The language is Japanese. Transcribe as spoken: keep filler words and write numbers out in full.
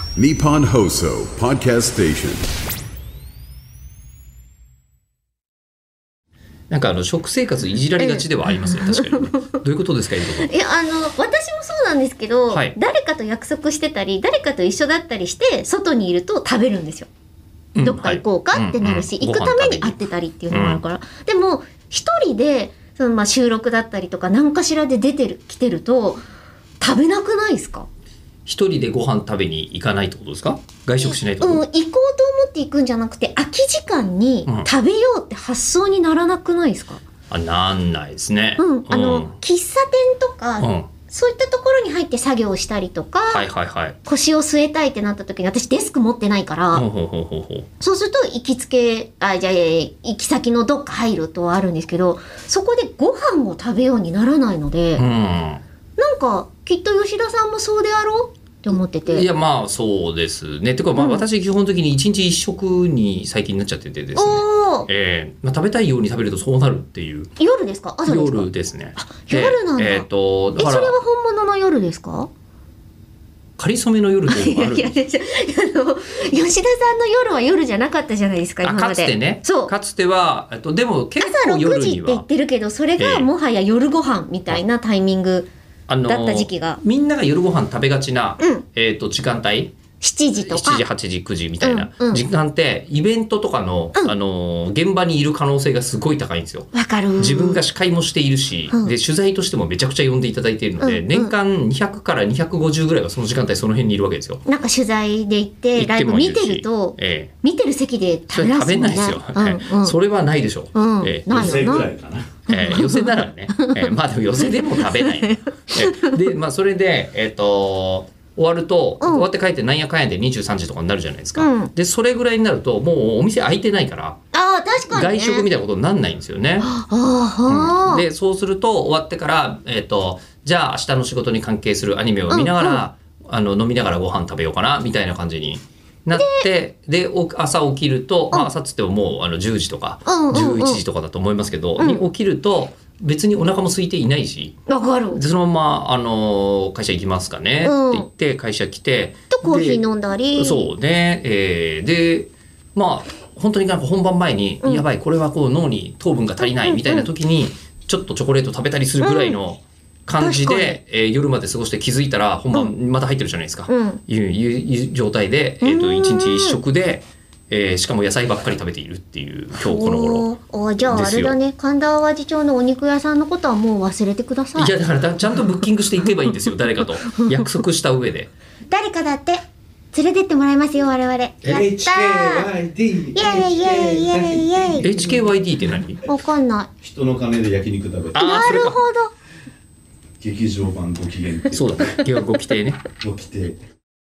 Nippon Hoso Podcast Station。 なんかあの食生活いじられがちではありますね、確かに、ね、どういうことですか、いいやあの私もそうなんですけど、 はい、 誰かと約束してたり誰かと一緒だったりして外にいると食べるんですよ、うん、どっか行こうかってなるし、はい、行くために会ってたりっていうのもあるから、うん、でも一人でそのまあ収録だったりとか何かしらで出てる来てると食べなくないですか？ 一人でご飯食べに行かないってことですか？外食しないってこと？ うん、行こうと思って行くんじゃなくて空き時間に食べようって発想にならなくないですか？ うん、あ、なんないですね、 うん、あの、うん、喫茶店とか、うん、そういったところに入って作業したりとか、 はいはいはい、 腰を据えたいってなった時に私デスク持ってないから、 ほうほうほうほうほう、 そうすると行きつけあじゃあ行き先のどっか入るとはあるんですけど、そこでご飯を食べようにならないので、うん、なんかきっと吉田さんもそうであろうって思ってて。 いやまあそうですね。てかまあ私基本的に一日一食に最近なっちゃっててですね、えーまあ、食べたいように食べるとそうなるっていう。 夜ですか？朝ですか？ 夜ですね。 あ、夜なんだ。 えー、とだからえ、それは本物の夜ですか？ かりそめの夜というのがあるんです。 いやいやあの吉田さんの夜は夜じゃなかったじゃないですか、今まで。 かつてね。 そう。 かつてはとでも結構夜には朝ろくじって言ってるけど、それがもはや夜ご飯みたいなタイミングだった時期が、あのみんなが夜ご飯食べがちな、 うん、 えー、と時間帯しちじとかしちじはちじくじみたいな時間って、 うんうん、 イベントとかの、うん、あの現場にいる可能性がすごい高いんですよ。 わかる。 自分が司会もしているし、うん、で取材としてもめちゃくちゃ呼んでいただいているので、うんうん、年間にひゃくからにひゃくごじゅうぐらいはその時間帯その辺にいるわけですよ。 なんか取材で行ってライブ見てると、ええ、見てる席で食べられないですよ、 うんうん、それはないでしょう、うんええ、 ないよな。 寄せぐらいかな。 えー、寄せならね、えー、まあでも寄せでも食べない、えー、でまあそれでえっ、ー、と終わると、うん、終わって帰ってなんやかんやでにじゅうさんじとかになるじゃないですか、うん、でそれぐらいになるともうお店開いてないから、 あ、確かにね、 外食みたいなことになんないんですよね、うん、でそうすると終わってから、えー、とじゃあ明日の仕事に関係するアニメを見ながら、うんうん、あの飲みながらご飯食べようかなみたいな感じになって、でで朝起きると、まあ、朝っつってももうあのじゅうじとか、うん、じゅういちじとかだと思いますけど、うん、に起きると別にお腹も空いていないし、 わかる。 でそのまま、あの会社行きますかねって言って会社来て、 とコーヒー飲んだり、 そうね、えー、でまあ本当になんか本番前に、うん、やばいこれはこう脳に糖分が足りないみたいな時に、うんうん、ちょっとチョコレート食べたりするぐらいの感じで、えー、夜まで過ごして気づいたら本番また入ってるじゃないですか、うん、いういう状態で、えー、といちにちいっ食で、えー、しかも野菜ばっかり食べているっていう今日この頃おじゃああれだね、神田淡路町のお肉屋さんのことはもう忘れてください。 いやだからだちゃんとブッキングしていけばいいんですよ誰かと約束した上で誰かだって連れてってもらいますよ我々。やったーエイチケーワイディーイエイイエイイエイイエイエイチケーワイディー って何？ わかんない。 人の金で焼肉食べて。 なるほど。 劇場版ご機嫌って。 そうだね。ご規定ね。 ご規定。